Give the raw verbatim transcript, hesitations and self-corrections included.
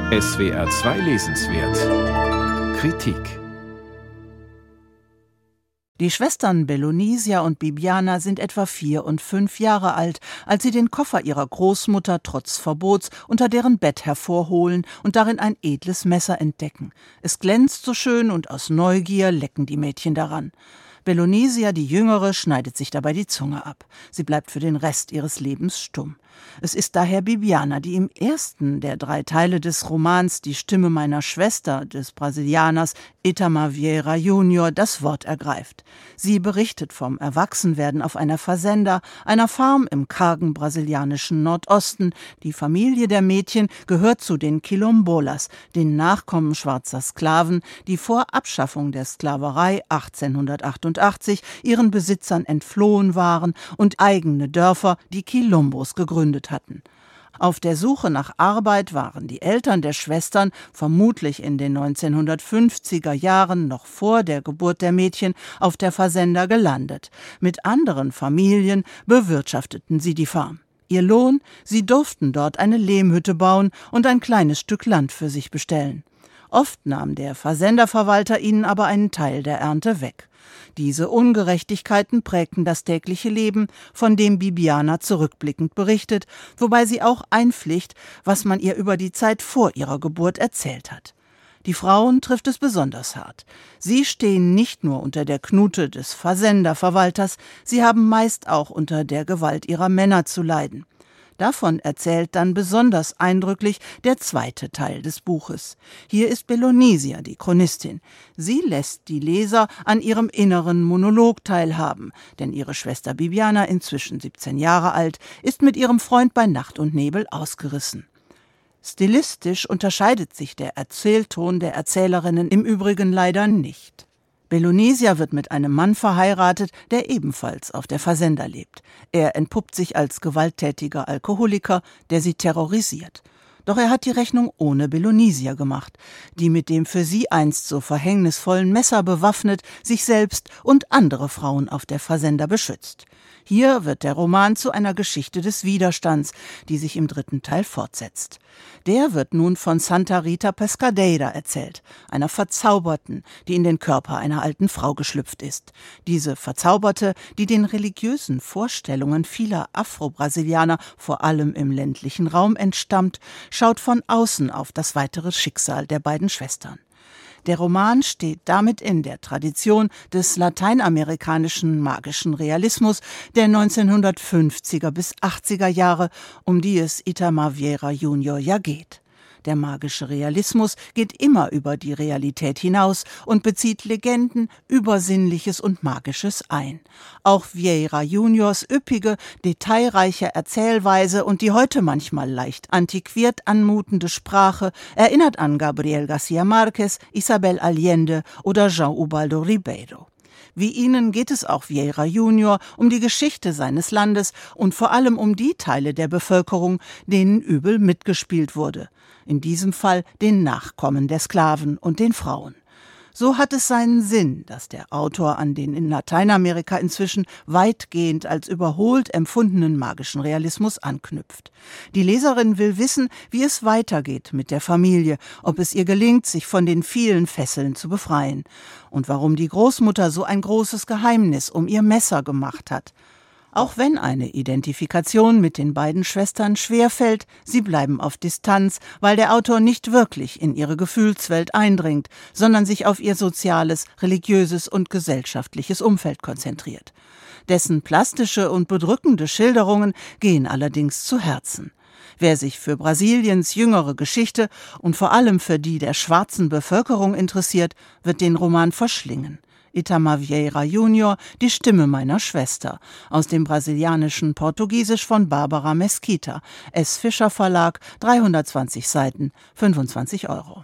S W R zwei Lesenswert Kritik. Die Schwestern Bellonisia und Bibiana sind etwa vier und fünf Jahre alt, als sie den Koffer ihrer Großmutter trotz Verbots unter deren Bett hervorholen und darin ein edles Messer entdecken. Es glänzt so schön und aus Neugier lecken die Mädchen daran. Bellonisia, die Jüngere, schneidet sich dabei die Zunge ab. Sie bleibt für den Rest ihres Lebens stumm. Es ist daher Bibiana, die im ersten der drei Teile des Romans Die Stimme meiner Schwester des Brasilianers Itamar Vieira Junior das Wort ergreift. Sie berichtet vom Erwachsenwerden auf einer Fazenda, einer Farm im kargen brasilianischen Nordosten. Die Familie der Mädchen gehört zu den Quilombolas, den Nachkommen schwarzer Sklaven, die vor Abschaffung der Sklaverei achtzehnhundertachtundachtzig ihren Besitzern entflohen waren und eigene Dörfer, die Quilombos, gegründet hatten. Auf der Suche nach Arbeit waren die Eltern der Schwestern vermutlich in den neunzehnhundertfünfziger Jahren, noch vor der Geburt der Mädchen, auf der Fazenda gelandet. Mit anderen Familien bewirtschafteten sie die Farm. Ihr Lohn? Sie durften dort eine Lehmhütte bauen und ein kleines Stück Land für sich bestellen. Oft nahm der Fazenda-Verwalter ihnen aber einen Teil der Ernte weg. Diese Ungerechtigkeiten prägten das tägliche Leben, von dem Bibiana zurückblickend berichtet, wobei sie auch einpflicht, was man ihr über die Zeit vor ihrer Geburt erzählt hat. Die Frauen trifft es besonders hart. Sie stehen nicht nur unter der Knute des Fazenda-Verwalters, sie haben meist auch unter der Gewalt ihrer Männer zu leiden. Davon erzählt dann besonders eindrücklich der zweite Teil des Buches. Hier ist Bellonisia die Chronistin. Sie lässt die Leser an ihrem inneren Monolog teilhaben, denn ihre Schwester Bibiana, inzwischen siebzehn Jahre alt, ist mit ihrem Freund bei Nacht und Nebel ausgerissen. Stilistisch unterscheidet sich der Erzählton der Erzählerinnen im Übrigen leider nicht. Bellonisia wird mit einem Mann verheiratet, der ebenfalls auf der Fazenda lebt. Er entpuppt sich als gewalttätiger Alkoholiker, der sie terrorisiert. Doch er hat die Rechnung ohne Bellonisia gemacht, die mit dem für sie einst so verhängnisvollen Messer bewaffnet sich selbst und andere Frauen auf der Fazenda beschützt. Hier wird der Roman zu einer Geschichte des Widerstands, die sich im dritten Teil fortsetzt. Der wird nun von Santa Rita Pescadeira erzählt, einer Verzauberten, die in den Körper einer alten Frau geschlüpft ist. Diese Verzauberte, die den religiösen Vorstellungen vieler Afro-Brasilianer, vor allem im ländlichen Raum, entstammt, schaut von außen auf das weitere Schicksal der beiden Schwestern. Der Roman steht damit in der Tradition des lateinamerikanischen magischen Realismus der neunzehnhundertfünfziger bis achtziger Jahre, um die es Itamar Vieira Junior ja geht. Der magische Realismus geht immer über die Realität hinaus und bezieht Legenden, Übersinnliches und Magisches ein. Auch Vieira Juniors üppige, detailreiche Erzählweise und die heute manchmal leicht antiquiert anmutende Sprache erinnert an Gabriel García Márquez, Isabel Allende oder João Ubaldo Ribeiro. Wie ihnen geht es auch Vieira Junior um die Geschichte seines Landes und vor allem um die Teile der Bevölkerung, denen übel mitgespielt wurde. In diesem Fall den Nachkommen der Sklaven und den Frauen. So hat es seinen Sinn, dass der Autor an den in Lateinamerika inzwischen weitgehend als überholt empfundenen magischen Realismus anknüpft. Die Leserin will wissen, wie es weitergeht mit der Familie, ob es ihr gelingt, sich von den vielen Fesseln zu befreien und warum die Großmutter so ein großes Geheimnis um ihr Messer gemacht hat. Auch wenn eine Identifikation mit den beiden Schwestern schwerfällt, sie bleiben auf Distanz, weil der Autor nicht wirklich in ihre Gefühlswelt eindringt, sondern sich auf ihr soziales, religiöses und gesellschaftliches Umfeld konzentriert. Dessen plastische und bedrückende Schilderungen gehen allerdings zu Herzen. Wer sich für Brasiliens jüngere Geschichte und vor allem für die der schwarzen Bevölkerung interessiert, wird den Roman verschlingen. Itamar Vieira Junior, Die Stimme meiner Schwester, aus dem brasilianischen Portugiesisch von Barbara Mesquita, S. Fischer Verlag, dreihundertzwanzig Seiten, fünfundzwanzig Euro.